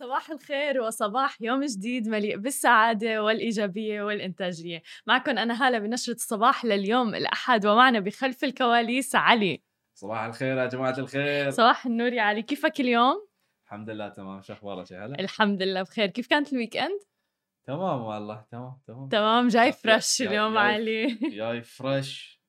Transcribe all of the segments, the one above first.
صباح الخير وصباح يوم جديد مليء بالسعادة والإيجابية والإنتاجية. معكم أنا هالة بنشرة الصباح لليوم الأحد، ومعنا بخلف الكواليس علي. صباح الخير يا جماعة الخير. صباح النور يا علي، كيفك اليوم؟ الحمد لله تمام، شو أخبارك يا هلا؟ الحمد لله بخير. كيف كانت الويك إند؟ تمام والله تمام. تمام، جاي يا فريش يا اليوم جاي علي. جاي فريش.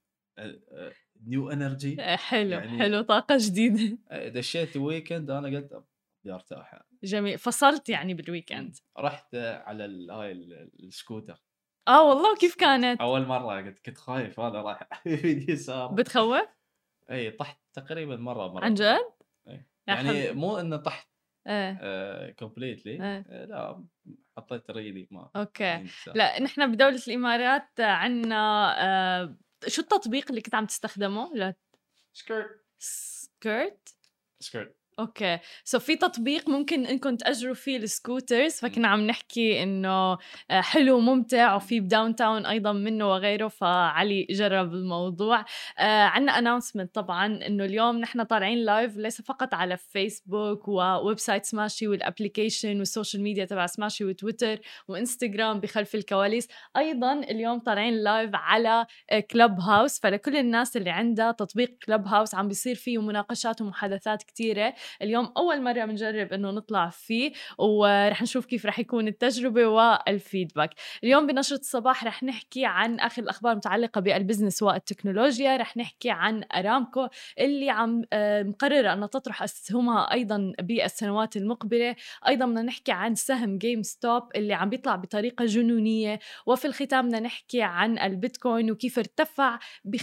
نيو انرجي. حلو يعني حلو، طاقة جديدة. دشيت ويكند انا قلت بدي ارتاح يعني. جميل، فصلت يعني بالويك إند. رحت على هاي السكوتر. والله، كيف كانت؟ اول مرة كنت خايف انا رايح في يسار. بتخوف؟ اي طحت تقريبا مرة عن مرتين. جد؟ أي. يا يعني حبيبي. مو انه طحت ايه. كومبليتلي، ايه. لا، حطيت ريلي ما اوكي. عندي سالفة. لا، نحن بدولة الامارات عنا شو التطبيق اللي كنت عم تستخدمه؟ لا. سكيرت. سكيرت. سكيرت. اوكي، في تطبيق ممكن انكم تأجروا فيه السكوترز، فكنا عم نحكي انه حلو وممتع، وفي بداون تاون ايضا منه وغيره، فعلي جرب الموضوع. عنا اناونسمنت طبعا انه اليوم نحن طالعين لايف، ليس فقط على فيسبوك وويب سايت سماشي والابليكيشن والسوشيال ميديا تبع سماشي وتويتر وانستغرام بخلف الكواليس، ايضا اليوم طالعين لايف على كلوب هاوس. فلكل الناس اللي عندها تطبيق كلوب هاوس عم بيصير فيه مناقشات ومحادثات كتيرة. اليوم أول مرة بنجرب إنه نطلع فيه، ورح نشوف كيف رح يكون التجربة والفيدباك. اليوم بنشرة الصباح رح نحكي عن آخر الأخبار المتعلقة بالبزنس والتكنولوجيا. رح نحكي عن أرامكو اللي عم مقررة أن تطرح أسهمها أيضا بالسنوات المقبلة. أيضا بدنا نحكي عن سهم جيم ستوب اللي عم بيطلع بطريقة جنونية. وفي الختام بدنا نحكي عن البيتكوين وكيف ارتفع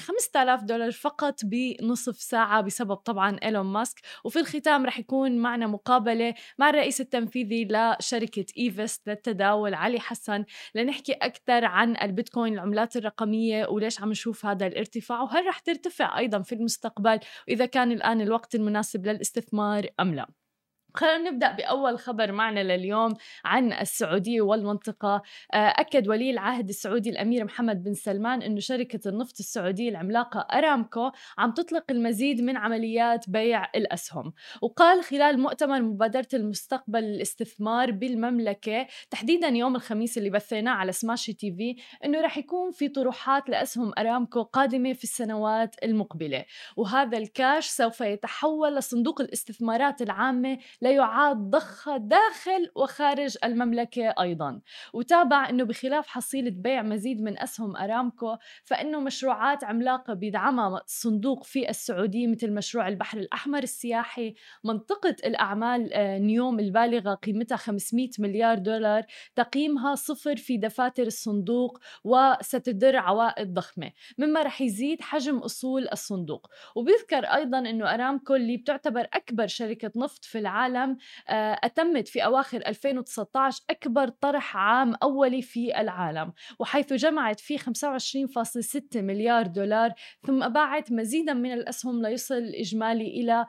$5000 فقط بنصف ساعة بسبب طبعا إيلون ماسك. وفي الختام رح يكون معنا مقابلة مع الرئيس التنفيذي لشركة إيفست للتداول علي حسن، لنحكي أكثر عن البيتكوين، العملات الرقمية، وليش عم نشوف هذا الارتفاع، وهل رح ترتفع أيضا في المستقبل، وإذا كان الآن الوقت المناسب للاستثمار أم لا. خلينا نبدأ بأول خبر معنا لليوم عن السعودية والمنطقة. أكد ولي العهد السعودي الأمير محمد بن سلمان أنه شركة النفط السعودية العملاقة أرامكو عم تطلق المزيد من عمليات بيع الأسهم. وقال خلال مؤتمر مبادرة المستقبل للاستثمار بالمملكة تحديدا يوم الخميس اللي بثيناه على سماشي تي في أنه رح يكون في طروحات لأسهم أرامكو قادمة في السنوات المقبلة، وهذا الكاش سوف يتحول لصندوق الاستثمارات العامة ليعاد ضخها داخل وخارج المملكة أيضاً. وتابع أنه بخلاف حصيلة بيع مزيد من أسهم أرامكو، فإنه مشروعات عملاقة بيدعمها الصندوق في السعودية مثل مشروع البحر الأحمر السياحي، منطقة الأعمال نيوم البالغة قيمتها $500 مليار، تقييمها صفر في دفاتر الصندوق وستدر عوائد ضخمة، مما رح يزيد حجم أصول الصندوق. وبيذكر أيضاً أنه أرامكو اللي بتعتبر أكبر شركة نفط في العالم أتمت في أواخر 2019 أكبر طرح عام أولي في العالم، وحيث جمعت فيه $25.6 مليار، ثم باعت مزيدا من الأسهم ليصل الإجمالي إلى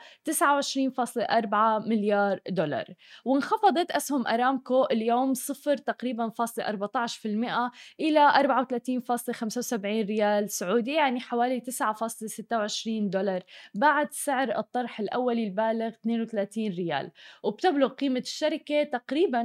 $29.4 مليار. وانخفضت أسهم أرامكو اليوم صفر تقريبا 14% إلى 34.75 ريال سعودي، يعني حوالي $9.26 بعد سعر الطرح الأولي البالغ 32 ريال. وبتبلغ قيمة الشركة تقريبا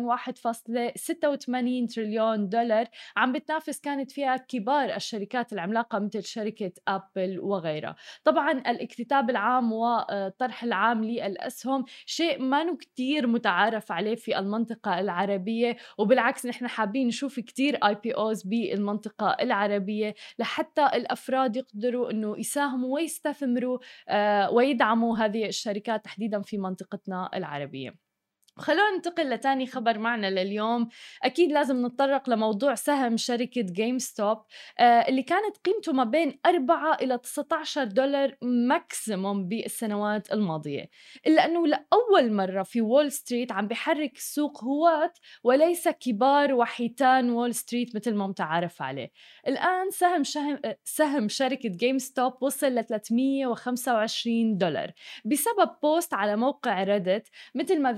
$1.86 تريليون، عم بتنافس كانت فيها كبار الشركات العملاقة مثل شركة أبل وغيرها. طبعا الاكتتاب العام والطرح العام للأسهم شيء ما كتير متعارف عليه في المنطقة العربية، وبالعكس نحن حابين نشوف كتير IPOs بالمنطقة العربية لحتى الأفراد يقدروا أنه يساهموا ويستثمروا ويدعموا هذه الشركات تحديدا في منطقتنا العربية. خلونا ننتقل لتاني خبر معنا لليوم. أكيد لازم نتطرق لموضوع سهم شركة جيم ستوب اللي كانت قيمته ما بين 4 إلى $19 ماكسيموم بالسنوات الماضية، إلا أنه لأول مرة في وول ستريت عم بحرك السوق هواة وليس كبار وحيتان وول ستريت مثل ما متعارف عليه. الآن سهم شركة جيم ستوب وصل ل $325 بسبب بوست على موقع ريدت. مثل ما ذكرنا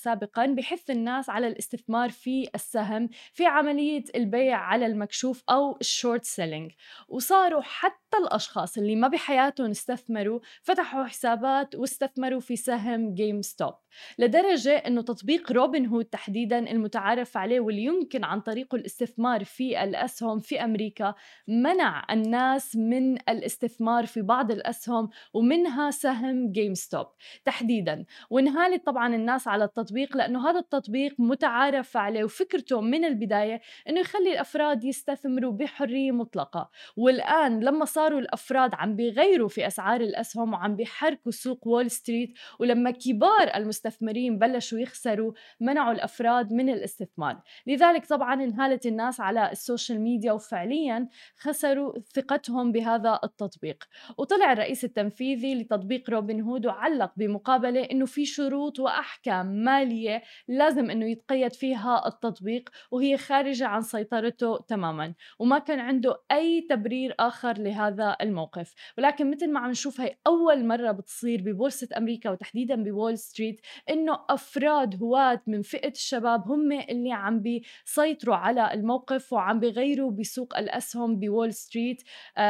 سابقاً بحث الناس على الاستثمار في السهم في عملية البيع على المكشوف أو الشورت سيلينج، وصاروا حتى الأشخاص اللي ما بحياتهم استثمروا فتحوا حسابات واستثمروا في سهم جيم ستوب، لدرجة أنه تطبيق روبن هود تحديداً المتعارف عليه واللي يمكن عن طريقه الاستثمار في الأسهم في أمريكا منع الناس من الاستثمار في بعض الأسهم ومنها سهم جيم ستوب تحديداً. وانهالت طبعاً الناس على التطبيق لأنه هذا التطبيق متعارف عليه وفكرته من البداية أنه يخلي الأفراد يستثمروا بحرية مطلقة. والآن لما صاروا الأفراد عم بيغيروا في أسعار الأسهم وعم بيحركوا سوق وول ستريت، ولما كبار المستثمرين بلشوا يخسروا منعوا الأفراد من الاستثمار. لذلك طبعاً انهالت الناس على السوشيال ميديا وفعلياً خسروا ثقتهم بهذا التطبيق. وطلع الرئيس التنفيذي لتطبيق روبن هود وعلق بمقابلة إنه في شروط وأحكام مالية لازم إنه يتقيد فيها التطبيق وهي خارجة عن سيطرته تماماً، وما كان عنده أي تبرير آخر لهذا الموقف. ولكن مثل ما عم نشوف هي أول مرة بتصير ببورصة أمريكا وتحديداً بوول ستريت إنه أفراد هواة من فئة الشباب هم اللي عم بيسيطروا على الموقف وعم بيغيروا بسوق الأسهم بوول ستريت.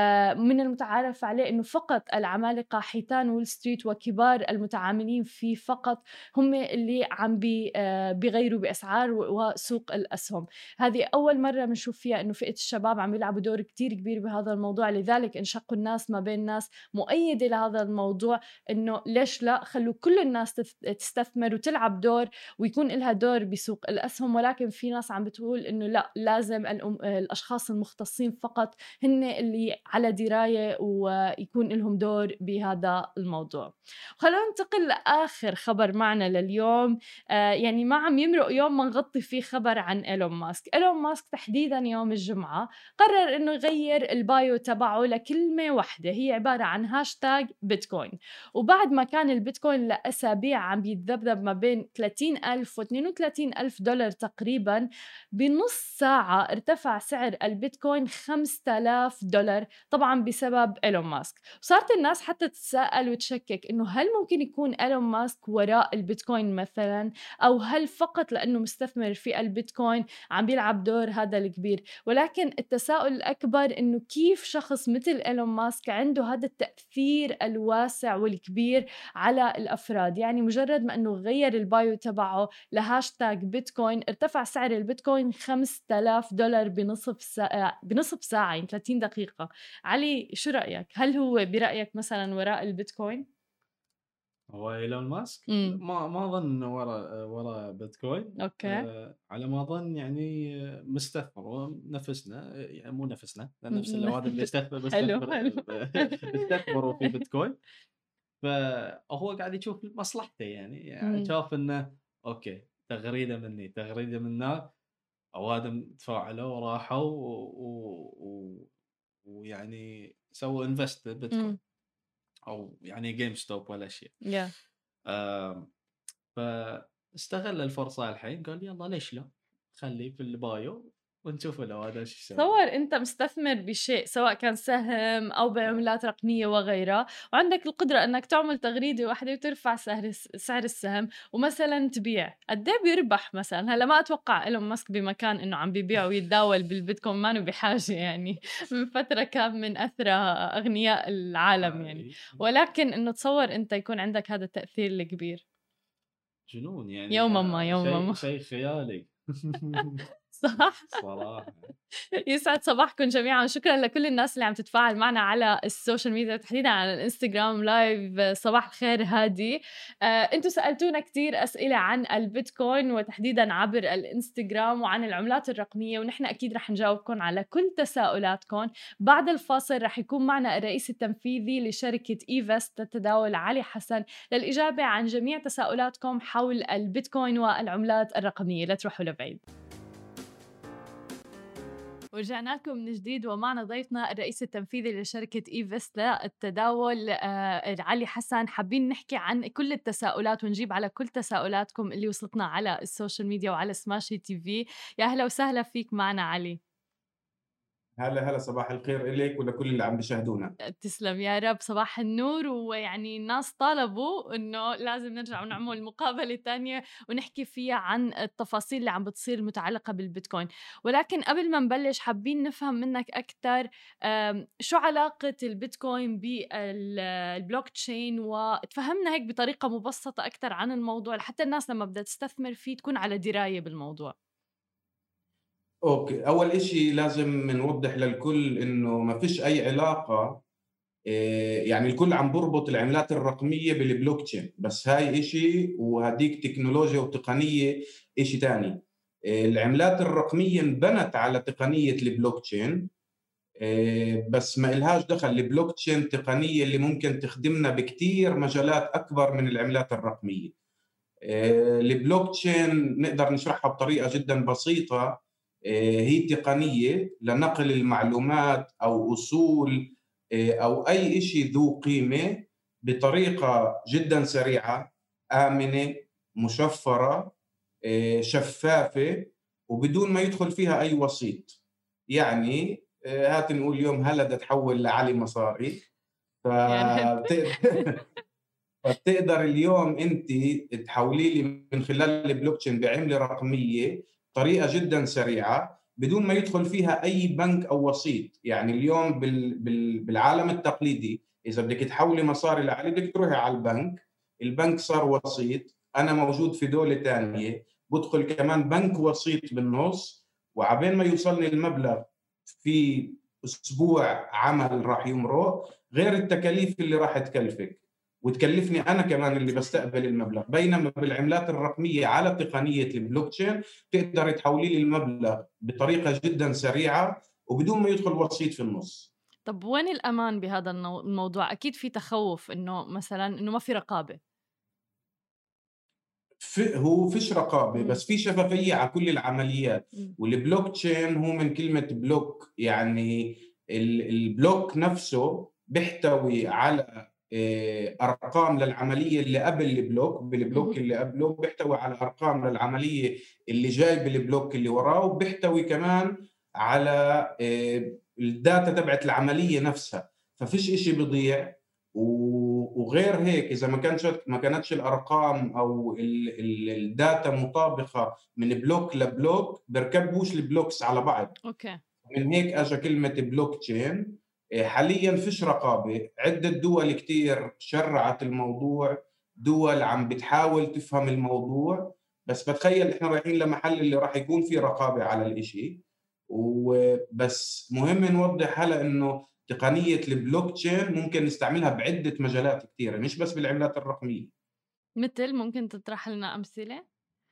من المتعارف عليه إنه فقط العمالقة حيتان وول ستريت وكبار المتعاملين فيه فقط هم اللي عم بيغيروا بأسعار وسوق الأسهم. هذه أول مرة بنشوف فيها إنه فئة الشباب عم يلعبوا دور كتير كبير بهذا الموضوع، لذلك انشقوا الناس ما بين ناس مؤيدة لهذا الموضوع إنه ليش لا خلوا كل الناس تستثمر وتلعب دور ويكون لها دور بسوق الأسهم، ولكن في ناس عم بتقول إنه لا لازم الأشخاص المختصين فقط هن اللي على دراية ويكون لهم دور بهذا الموضوع. خلونا ننتقل لآخر خبر معنا لليوم. يعني ما عم يمرق يوم ما نغطي فيه خبر عن إيلون ماسك. إيلون ماسك تحديداً يوم الجمعة قرر إنه يغير البايو تبعه لكلمة واحدة هي عبارة عن هاشتاج بيتكوين. وبعد ما كان البيتكوين لأسابيع عم بيتذبذب ما بين 30,000 و 32,000 دولار تقريباً، بنص ساعة ارتفع سعر البيتكوين 5,000 دولار طبعاً بسبب إيلون ماسك. وصارت الناس حتى تتساءل وتشكك إنه هل ممكن يكون إيلون ماسك وراء البيتكوين مثلاً، أو هل فقط لأنه مستثمر في البيتكوين عم بيلعب دور هذا الكبير. ولكن التساؤل الأكبر إنه كيف شخص مثل إيلون ماسك عنده هذا التأثير الواسع والكبير على الأفراد. يعني مجرد ما إنه غير البايو تبعه لهاشتاج بيتكوين ارتفع سعر البيتكوين 5,000 دولار بنصف ساعة يعني 30 دقيقة. علي شو رأيك؟ هل هو برأيك مثلا وراء البيتكوين؟ هو ايلون ماسك امم ما اظن انه ورا بيتكوين. اوكي. على ما اظن يعني مستثمر نفسنا، يعني مو نفسنا لان نفس الاوادم اللي حلو حلو. استثمروا في بيتكوين. فهو قاعد يشوف مصلحته، يعني شاف انه اوكي تغريده مني تغريده من هناك، اوادم تفاعلوا وراحوا ويعني سووا انفست ببيتكوين او يعني جيم ستوب ولا شيء. yeah. فاستغل الفرصه الحين، قال يلا ليش لا خليه في البايو ونشوف لو هذا ايش يسوي. تصور انت مستثمر بشيء سواء كان سهم او بعملات رقميه وغيرها، وعندك القدره انك تعمل تغريده واحده وترفع سعر السهم ومثلا تبيع، قد ايه بيربح مثلا؟ هلا ما اتوقع ايلون ماسك بمكان انه عم بيبيع ويتداول بالبيتكوين، ما بحاجه يعني من فتره كان من اثرى اغنياء العالم يعني. ولكن انه تصور انت يكون عندك هذا التاثير الكبير. جنون يعني. يوما ما يوما ما. شيء خيالي. صح. صراحه. يسعد صباحكم جميعا، وشكرا لكل الناس اللي عم تتفاعل معنا على السوشيال ميديا تحديدا على الانستغرام لايف. صباح الخير هادي. انتم سألتونا كتير أسئلة عن البيتكوين وتحديدا عبر الانستغرام وعن العملات الرقمية، ونحن أكيد رح نجاوبكم على كل تساؤلاتكم. بعد الفاصل رح يكون معنا الرئيس التنفيذي لشركة إيفست التداول علي حسن للإجابة عن جميع تساؤلاتكم حول البيتكوين والعملات الرقمية. لا تروحوا لبعيد. ورجعنا لكم من جديد ومعنا ضيفنا الرئيس التنفيذي لشركة إيفست للتداول علي حسن. حابين نحكي عن كل التساؤلات ونجيب على كل تساؤلاتكم اللي وصلتنا على السوشيال ميديا وعلى سماشي تي في. يا أهلا وسهلا فيك معنا علي. هلا صباح الخير إليك ولكل اللي عم بيشاهدونا. تسلم يا رب، صباح النور. ويعني الناس طلبوا إنه لازم نرجع ونعمل مقابلة تانية ونحكي فيها عن التفاصيل اللي عم بتصير المتعلقة بالبيتكوين. ولكن قبل ما نبلش حابين نفهم منك أكتر شو علاقة البيتكوين بالبلوك تشين، وتفهمنا هيك بطريقة مبسطة أكتر عن الموضوع لحتى الناس لما بدها تستثمر فيه تكون على دراية بالموضوع. أوكي، أول إشي لازم نوضح للكل إنه ما فيش أي علاقة. يعني الكل عم بربط العملات الرقمية بالبلوك تشين، بس هاي إشي وهديك تكنولوجيا وتقنية إشي تاني. العملات الرقمية انبنت على تقنية البلوك تشين، بس ما إلهاش دخل. البلوك تشين تقنية اللي ممكن تخدمنا بكتير مجالات أكبر من العملات الرقمية. البلوك تشين نقدر نشرحها بطريقة جدا بسيطة. هي تقنية لنقل المعلومات أو أصول أو أي شيء ذو قيمة بطريقة جدا سريعة، آمنة، مشفرة، شفافة، وبدون ما يدخل فيها أي وسيط. يعني هات نقول اليوم هلا بدها تحول لعلي مصاري، يا ريت. فبتقدر فبتقدر اليوم انت تحولي لي من خلال البلوك تشين بعمله رقميه طريقه جدا سريعه بدون ما يدخل فيها اي بنك او وسيط. يعني اليوم بالعالم التقليدي اذا بدك تحولي مصاري لعلي بدك تروحي على البنك، البنك صار وسيط، انا موجود في دوله ثانيه، بدخل كمان بنك وسيط بالنص، وعبين ما يوصلني المبلغ في اسبوع عمل راح يمرق، غير التكاليف اللي راح تكلفك وتكلفني انا كمان اللي بستقبل المبلغ. بينما بالعملات الرقميه على تقنيه البلوك تشين تقدر تحولي لي المبلغ بطريقه جدا سريعه وبدون ما يدخل وسيط في النص. طب وين الأمان بهذا الموضوع؟ أكيد في تخوّف إنه مثلًا إنه ما في رقابة. هو فيش رقابه إمم. بس في شفافيه على كل العمليات. إمم. والبلوك تشين هو من كلمه بلوك، يعني البلوك نفسه بيحتوي على ارقام للعمليه اللي قبل البلوك، بالبلوك اهم. اللي قبله بيحتوي على ارقام للعمليه اللي جاي بالبلوك اللي وراه، وبيحتوي كمان على الداتا تبعت العمليه نفسها. ففيش إشي بيضيع. وغير هيك اذا ما كانتش الارقام او الداتا مطابقه من بلوك لبلوك بيركبوش البلوكس على بعض. أوكي. من هيك اجى كلمه بلوك تشين. حاليا فيش رقابه، عده دول كتير شرعت الموضوع، دول عم بتحاول تفهم الموضوع، بس بتخيل احنا رايحين لمحل اللي راح يكون في رقابه على الاشي. وبس مهم نوضح هلا انه تقنيه البلوك تشين ممكن نستعملها بعده مجالات كثيره مش بس بالعملات الرقميه. مثل ممكن تطرح لنا أمثلة؟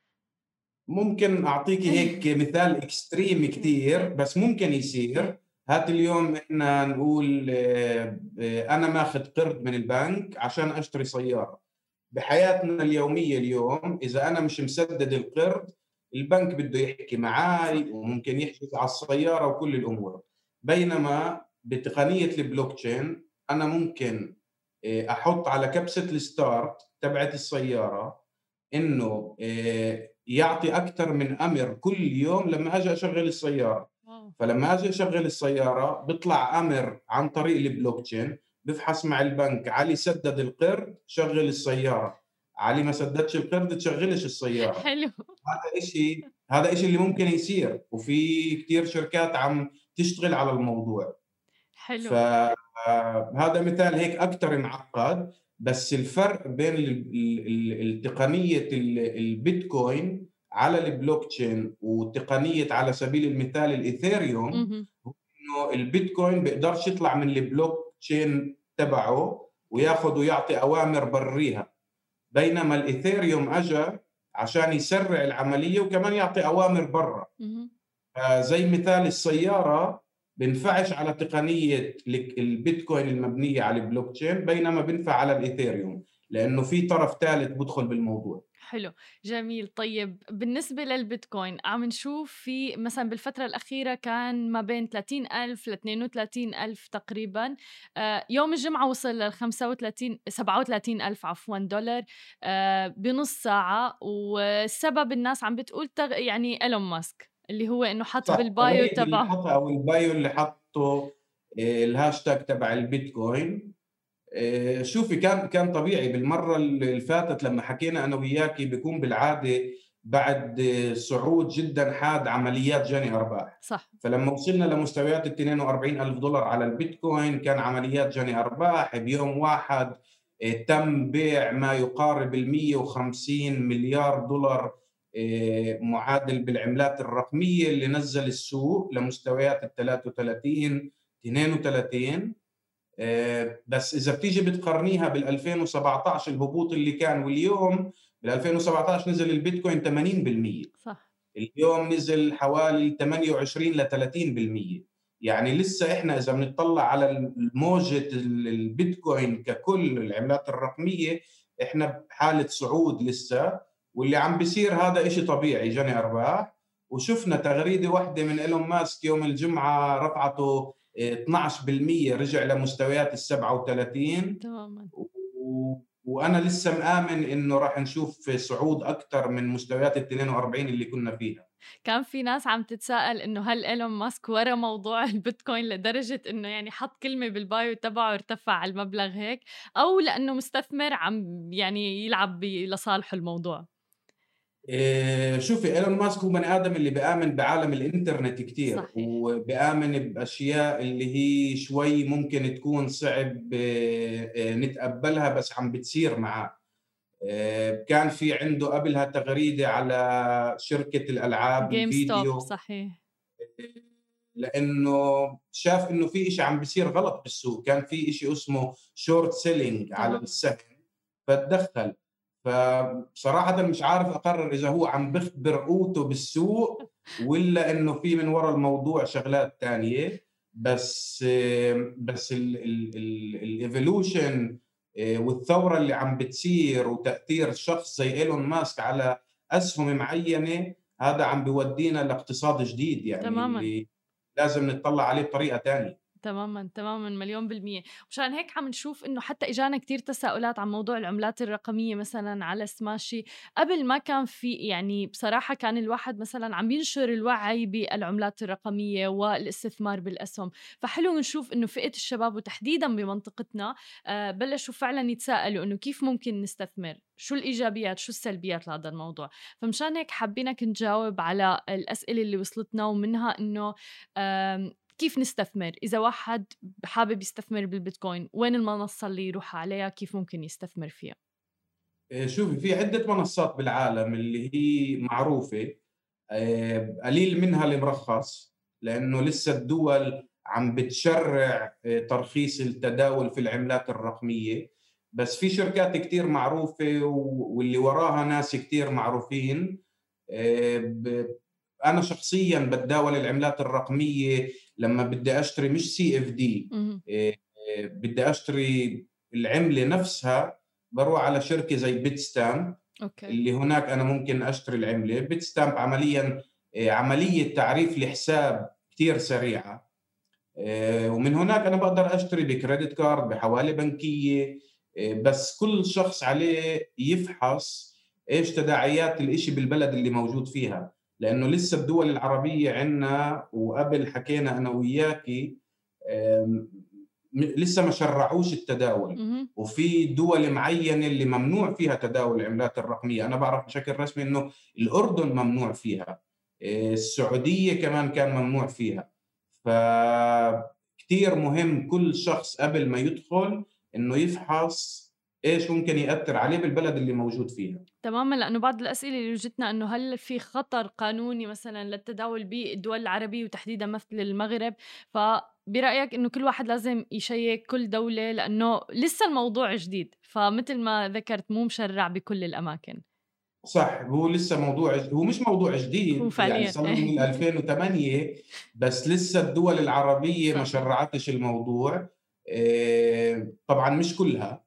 ممكن اعطيك هيك مثال اكستريم كثير بس ممكن يصير. هات اليوم احنا نقول انا ماخذ قرض من البنك عشان اشتري سياره. بحياتنا اليوميه اليوم اذا انا مش مسدد القرض البنك بده يحكي معي صح. وممكن يحجز على السياره وكل الامور. بينما بتقنيه البلوك تشين انا ممكن احط على كبسه الستارت تبعت السياره انه يعطي اكثر من امر كل يوم لما اجي اشغل السياره. واو! فلما اجي اشغل السياره بيطلع امر عن طريق البلوك تشين بفحص مع البنك علي سدد القرض شغل السياره، علي ما سددش القرض تشغلش السياره. حلو. هذا إشي اللي ممكن يصير وفي كثير شركات عم تشتغل على الموضوع. حلو. فهذا مثال هيك أكثر معقد. بس الفرق بين التقنية البيتكوين على البلوك تشين وتقنية على سبيل المثال الإيثيريوم اهم. هو إنه البيتكوين بيقدرش يطلع من البلوك تشين تبعه وياخذ ويعطي أوامر بريها. بينما الإيثيريوم أجا عشان يسرع العملية وكمان يعطي أوامر برا. اهم. زي مثال السيارة بنفعش على تقنية البيتكوين المبنية على البلوك تشين بينما بنفع على الإيثيريوم لأنه في طرف ثالث بدخل بالموضوع. حلو، جميل. طيب بالنسبة للبيتكوين عم نشوف في مثلًا بالفترة الأخيرة كان ما بين 30,000 ل32,000 تقريبًا. يوم الجمعة وصل لل35 37,000 عفوًا دولار بنُص ساعة. والسبب الناس عم بتقول يعني إيلون ماسك. اللي هو إنه حط صح، بالبايو التغريدة اللي تبعه. حطها أو البايو اللي حطه الهاشتاج تبع البيتكوين. شوفي كان طبيعي بالمرة اللي فاتت لما حكينا أنا وياكي بيكون بالعادة بعد صعود جدا حاد عمليات جني أرباح. صح. فلما وصلنا لمستويات ال 42,000 دولار على البيتكوين كان عمليات جني أرباح بيوم واحد. تم بيع ما يقارب ال 150 مليار دولار معادل بالعملات الرقمية اللي نزل السوق لمستويات ال 33 32. بس إذا بتيجي بتقارنيها بال 2017 الهبوط اللي كان، واليوم بال 2017 نزل البيتكوين 80%، صح. اليوم نزل حوالي 28 ل 30%. يعني لسه احنا اذا بنطلع على موجة البيتكوين ككل العملات الرقمية احنا بحالة صعود لسه، واللي عم بيصير هذا إشي طبيعي جني ارباح. وشفنا تغريدة واحدة من إيلون ماسك يوم الجمعة رفعته 12%، رجع لمستويات ال 37. تماما. وانا لسه مآمن انه راح نشوف صعود اكثر من مستويات ال 42 اللي كنا فيها. كان في ناس عم تتساءل انه هل ايلون ماسك ورا موضوع البيتكوين لدرجة انه يعني حط كلمة بالبايو تبعه ارتفع على المبلغ هيك، او لانه مستثمر عم يعني يلعب لصالحه الموضوع؟ شوفي ايلون ماسك هو بني ادم اللي بيآمن بعالم الانترنت كتير، صحيح. وبيآمن باشياء اللي هي شوي ممكن تكون صعب نتقبلها بس عم بتصير معاه. كان في عنده قبلها تغريدة على شركة الألعاب جيم ستوب. الفيديو، صحيح. لأنه شاف إنه في إشي عم بيصير غلط بالسوق، كان في إشي اسمه شورت سيلينج على السهم فتدخل. فبصراحة مش عارف أقرر إذا هو عم بخبر قوته بالسوق ولا إنه في من وراء الموضوع شغلات تانية. بس الايفولوشن والثورة اللي عم بتصير وتأثير شخص زي إيلون ماسك على أسهم معينة هذا عم بيودينا لاقتصاد جديد، يعني تماما. اللي لازم نطلع عليه بطريقة تانية. تماما تماما، مليون بالمية. مشان هيك عم نشوف انه حتى اجانا كتير تساؤلات عن موضوع العملات الرقمية مثلا على سماشي. قبل ما كان في يعني بصراحة كان الواحد مثلا عم ينشر الوعي بالعملات الرقمية والاستثمار بالأسهم، فحلو نشوف انه فئة الشباب وتحديدا بمنطقتنا بلشوا فعلا يتساءلوا انه كيف ممكن نستثمر، شو الإيجابيات شو السلبيات لهذا الموضوع. فمشان هيك حابينك نجاوب على الأسئلة اللي وصلتنا، ومنها انه كيف نستثمر؟ إذا واحد حابب يستثمر بالبيتكوين وين المنصة اللي يروح عليها؟ كيف ممكن يستثمر فيها؟ شوفي في عدة منصات بالعالم اللي هي معروفة، قليل منها المرخص لأنه لسه الدول عم بتشرع ترخيص التداول في العملات الرقمية. بس في شركات كتير معروفة واللي وراها ناس كتير معروفين. أنا شخصياً بتداول العملات الرقمية لما بدي أشتري مش CFD، بدي أشتري العملة نفسها بروح على شركة زي بيتستامب. اللي هناك أنا ممكن أشتري العملة بيتستامب عملياً عملية تعريف الحساب كتير سريعة، ومن هناك أنا بقدر أشتري بكريدت كارد بحوالي بنكية. بس كل شخص عليه يفحص إيش تداعيات الإشي بالبلد اللي موجود فيها، لأنه لسه الدول العربية عنا وقبل حكينا أنا وياكي لسه ما شرعوش التداول، وفي دول معينة اللي ممنوع فيها تداول العملات الرقمية. أنا بعرف بشكل رسمي إنه الأردن ممنوع فيها، السعودية كمان كان ممنوع فيها. فكتير مهم كل شخص قبل ما يدخل إنه يفحص إيش ممكن يأثر عليه بالبلد اللي موجود فيها. تماما، لأنه بعض الأسئلة اللي وجدتنا أنه هل في خطر قانوني مثلا للتداول بالدول العربية وتحديدا مثل المغرب؟ فبرأيك أنه كل واحد لازم يشيك كل دولة لأنه لسه الموضوع جديد، فمثل ما ذكرت مو مشرع بكل الأماكن. صح، هو لسه موضوع هو مش موضوع جديد، هو يعني فعليا صار من 2008 بس لسه الدول العربية ما صح. شرعتش الموضوع. طبعا مش كلها.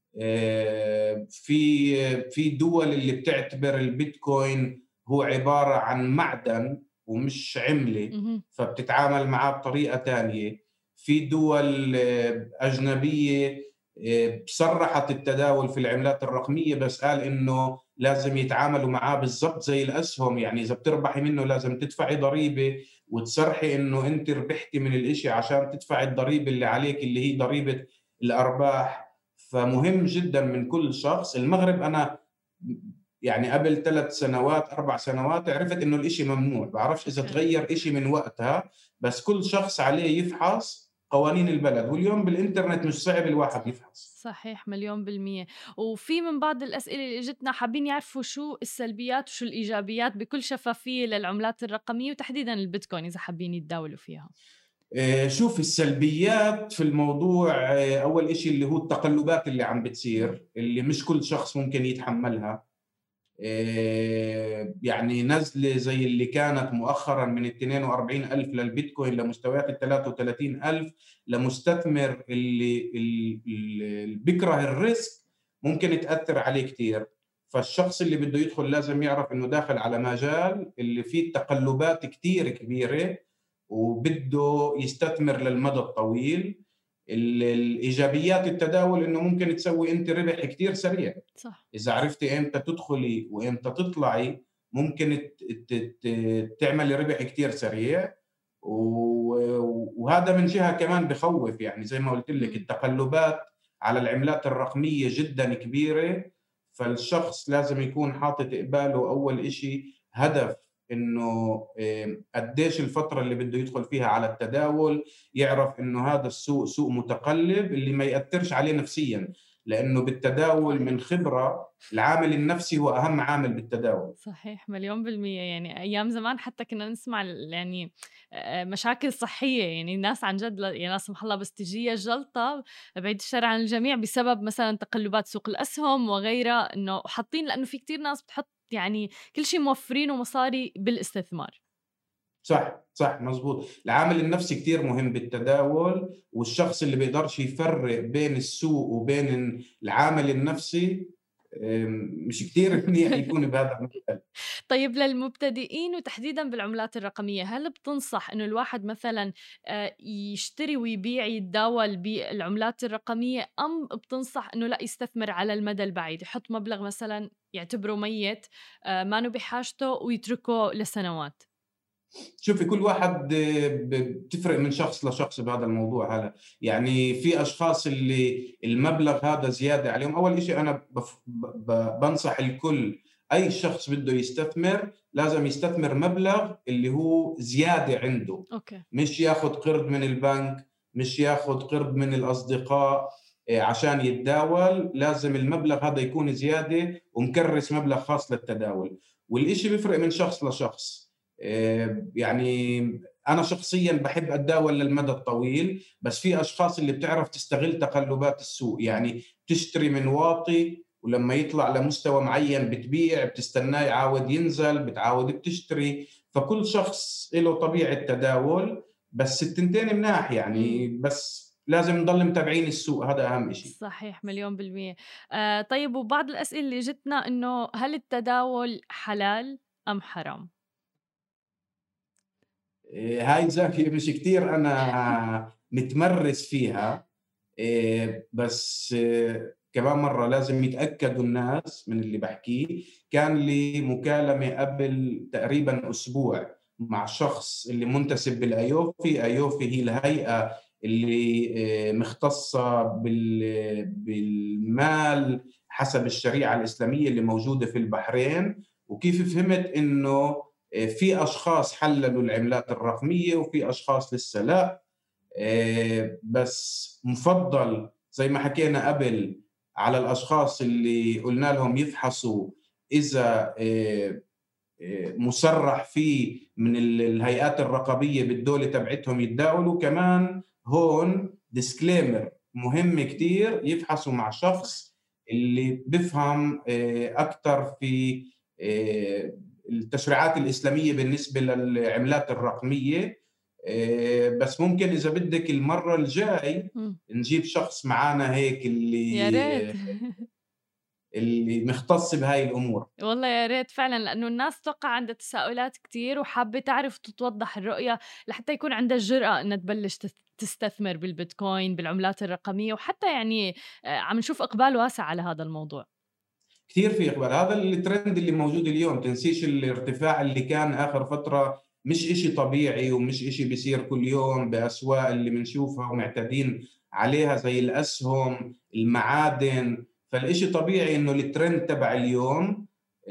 في دول اللي بتعتبر البيتكوين هو عبارة عن معدن ومش عملة، فبتتعامل معاه بطريقة تانية. في دول أجنبية صرحت التداول في العملات الرقمية، بس قال إنه لازم يتعاملوا معاه بالضبط زي الأسهم، يعني إذا بتربحي منه لازم تدفعي ضريبة وتصرحي إنه أنت ربحتي من الإشي عشان تدفعي الضريبة اللي عليك اللي هي ضريبة الأرباح. فمهم جدا من كل شخص. المغرب أنا يعني قبل 3 سنوات 4 سنوات عرفت إنه الإشي ممنوع، بعرفش إذا تغير إشي من وقتها، بس كل شخص عليه يفحص قوانين البلد، واليوم بالإنترنت مش صعب الواحد يفحص. صحيح 1,000,000%. وفي من بعض الأسئلة اللي اجتنا حابين يعرفوا شو السلبيات وشو الإيجابيات بكل شفافية للعملات الرقمية وتحديدا البيتكوين إذا حابين يتداولوا فيها. شوف السلبيات في الموضوع، أول إشي اللي هو التقلبات اللي عم بتصير اللي مش كل شخص ممكن يتحملها. يعني نزلة زي اللي كانت مؤخرا من 42,000 للبيتكوين لمستويات 33,000 لمستثمر اللي بيكره الريسك ممكن تأثر عليه كتير. فالشخص اللي بده يدخل لازم يعرف إنه داخل على مجال اللي فيه تقلبات كتير كبيرة وبده يستثمر للمدى الطويل. الإيجابيات التداول إنه ممكن تسوي أنت ربح كتير سريع. صح. إذا عرفتي إمتى تدخلي وإمتى تطلعي ممكن تعملي ربح كتير سريع. وهذا من جهة كمان بخوف، يعني زي ما قلت لك التقلبات على العملات الرقمية جدا كبيرة. فالشخص لازم يكون حاطط قباله أول إشي هدف إنه قديش الفترة اللي بده يدخل فيها على التداول، يعرف إنه هذا السوق سوق متقلب اللي ما يأثرش عليه نفسياً، لأنه بالتداول من خبرة العامل النفسي هو أهم عامل بالتداول. صحيح 1,000,000%. يعني أيام زمان حتى كنا نسمع يعني مشاكل صحية، يعني الناس عن جد يعني لا سمح الله بس تجيها جلطة بعيد الشر عن الجميع بسبب مثلا تقلبات سوق الأسهم وغيرها، إنه حاطين لأنه في كتير ناس بتحط يعني كل شيء موفرينه مصاري بالاستثمار. صح مزبوط. العامل النفسي كتير مهم بالتداول، والشخص اللي بيقدرش يفرق بين السوق وبين العامل النفسي مش كتير منيح يكون بهذا المجال. طيب للمبتدئين وتحديدا بالعملات الرقمية، هل بتنصح إنه الواحد مثلا يشتري ويبيع يتداول بالعملات الرقمية، أم بتنصح إنه لا يستثمر على المدى البعيد، يحط مبلغ مثلا يعتبره ميت ما نو بحاجته ويتركه لسنوات؟ شوفي كل واحد بتفرق من شخص لشخص بهذا الموضوع هذا. يعني في أشخاص اللي المبلغ هذا زيادة عليهم. أول إشي أنا بنصح الكل، أي شخص بده يستثمر لازم يستثمر مبلغ اللي هو زيادة عنده. أوكي. مش ياخد قرض من البنك، مش ياخد قرض من الأصدقاء عشان يتداول. لازم المبلغ هذا يكون زيادة ومكرس مبلغ خاص للتداول. والإشي بيفرق من شخص لشخص. يعني أنا شخصياً بحب أتداول للمدى الطويل، بس في أشخاص اللي بتعرف تستغل تقلبات السوق، يعني بتشتري من واطي ولما يطلع لمستوى معين بتبيع، بتستناه يعاود ينزل، بتعاود بتشتري. فكل شخص له طبيعة تداول، بس التنتين مناح يعني. بس لازم نضل متابعين السوق، هذا أهم شيء. صحيح 1,000,000%. طيب وبعض الأسئلة اللي جتنا إنه هل التداول حلال أم حرام؟ هاي زاكية مش كتير أنا متمرس فيها. بس كمان مرة لازم يتأكدوا الناس من اللي بحكيه. كان لي مكالمة قبل تقريبا أسبوع مع شخص اللي منتسب بالأيوفي. أيوفي هي الهيئة اللي مختصة بالمال حسب الشريعة الإسلامية اللي موجودة في البحرين. وكيف فهمت إنه في أشخاص حللوا العملات الرقمية وفي أشخاص لسه لا. بس مفضل زي ما حكينا قبل على الأشخاص اللي قلنا لهم يفحصوا إذا مصرح فيه من الهيئات الرقابية بالدولة تبعتهم يتداولوا. كمان هون ديسكليمر مهم كتير، يفحصوا مع شخص اللي بفهم أكتر في التشريعات الإسلامية بالنسبة للعملات الرقمية. بس ممكن إذا بدك المرة الجاي نجيب شخص معانا هيك يا ريت. اللي مختص بهاي الأمور. والله يا ريت فعلا، لأنه الناس توقع عندها تساؤلات كتير وحابة تعرف تتوضح الرؤية لحتى يكون عندها الجرأة إنها تبلش تستثمر بالبيتكوين بالعملات الرقمية، وحتى يعني عم نشوف إقبال واسع على هذا الموضوع. كثير في إقبال. هذا الترند اللي موجود اليوم، تنسيش الارتفاع اللي كان آخر فترة مش إشي طبيعي ومش إشي بيصير كل يوم بأسواق اللي بنشوفها ومعتادين عليها زي الأسهم المعادن. فالإشي طبيعي إنه الترند تبع اليوم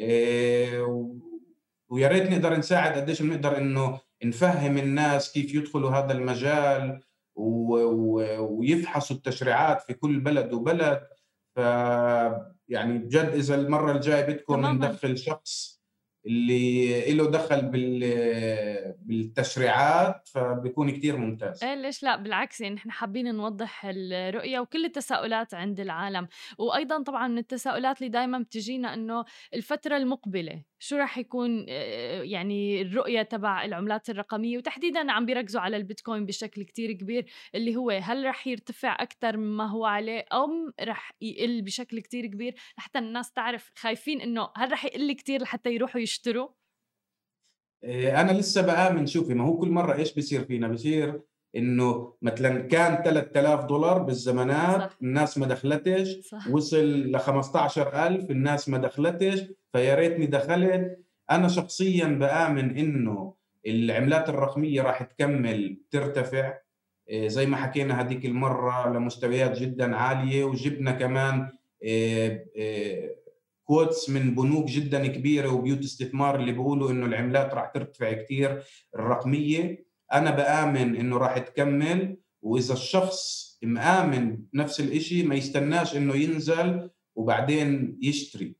ويا ريت نقدر نساعد قديش بنقدر إنه نفهم الناس كيف يدخلوا هذا المجال ويفحصوا التشريعات في كل بلد وبلد. ف يعني بجد إذا المرة الجاية بدكم ندخل شخص اللي له دخل بالتشريعات فبيكون كتير ممتاز. إيه ليش لا، بالعكس يعني نحن حابين نوضح الرؤية وكل التساؤلات عند العالم. وأيضا طبعا من التساؤلات اللي دايما بتجينا إنه الفترة المقبلة شو راح يكون يعني الرؤية تبع العملات الرقمية، وتحديدا عم بيركزوا على البيتكوين بشكل كتير كبير، اللي هو هل راح يرتفع أكتر مما هو عليه أو راح يقل بشكل كتير كبير، لحتى الناس تعرف خايفين إنه هل راح يقل كتير لحتى يروحوا يشتروا. أنا لسه بآمن. شوفي، ما هو كل مرة إيش بيصير فينا، بيصير إنه مثلا كان $3000 بالزمانات صح. الناس ما دخلتش، صح. وصل ل15,000 الناس ما دخلتش، فيا ريتني دخلت. أنا شخصيا بآمن إنه العملات الرقمية راح تكمل ترتفع زي ما حكينا هذيك المرة لمستويات جدا عالية، وجبنا كمان كوتس من بنوك جدا كبيرة وبيوت استثمار اللي بيقولوا إنه العملات راح ترتفع كتير الرقمية. أنا بآمن إنه راح تكمل، وإذا الشخص مآمن نفس الإشي ما يستناش إنه ينزل وبعدين يشتري.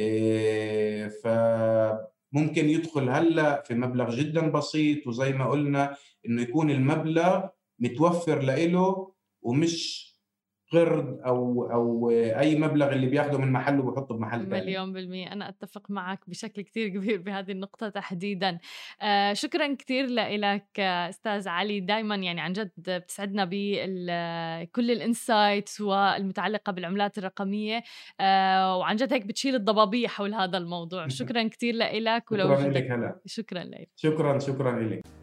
فممكن يدخل هلأ في مبلغ جدا بسيط، وزي ما قلنا إنه يكون المبلغ متوفر لإله ومش قرض أو أي مبلغ اللي بياخده من محل وبيحطه بمحل تاني. 1,000,000% أنا أتفق معك بشكل كتير كبير بهذه النقطة تحديدا. شكرا كتير لك أستاذ علي، دايما يعني عن جد بتسعدنا بكل الانسايتس والمتعلقة بالعملات الرقمية، وعن جد هيك بتشيل الضبابية حول هذا الموضوع. شكرا كتير لك. شكرا لك هلا. شكرا لك. شكرا لك.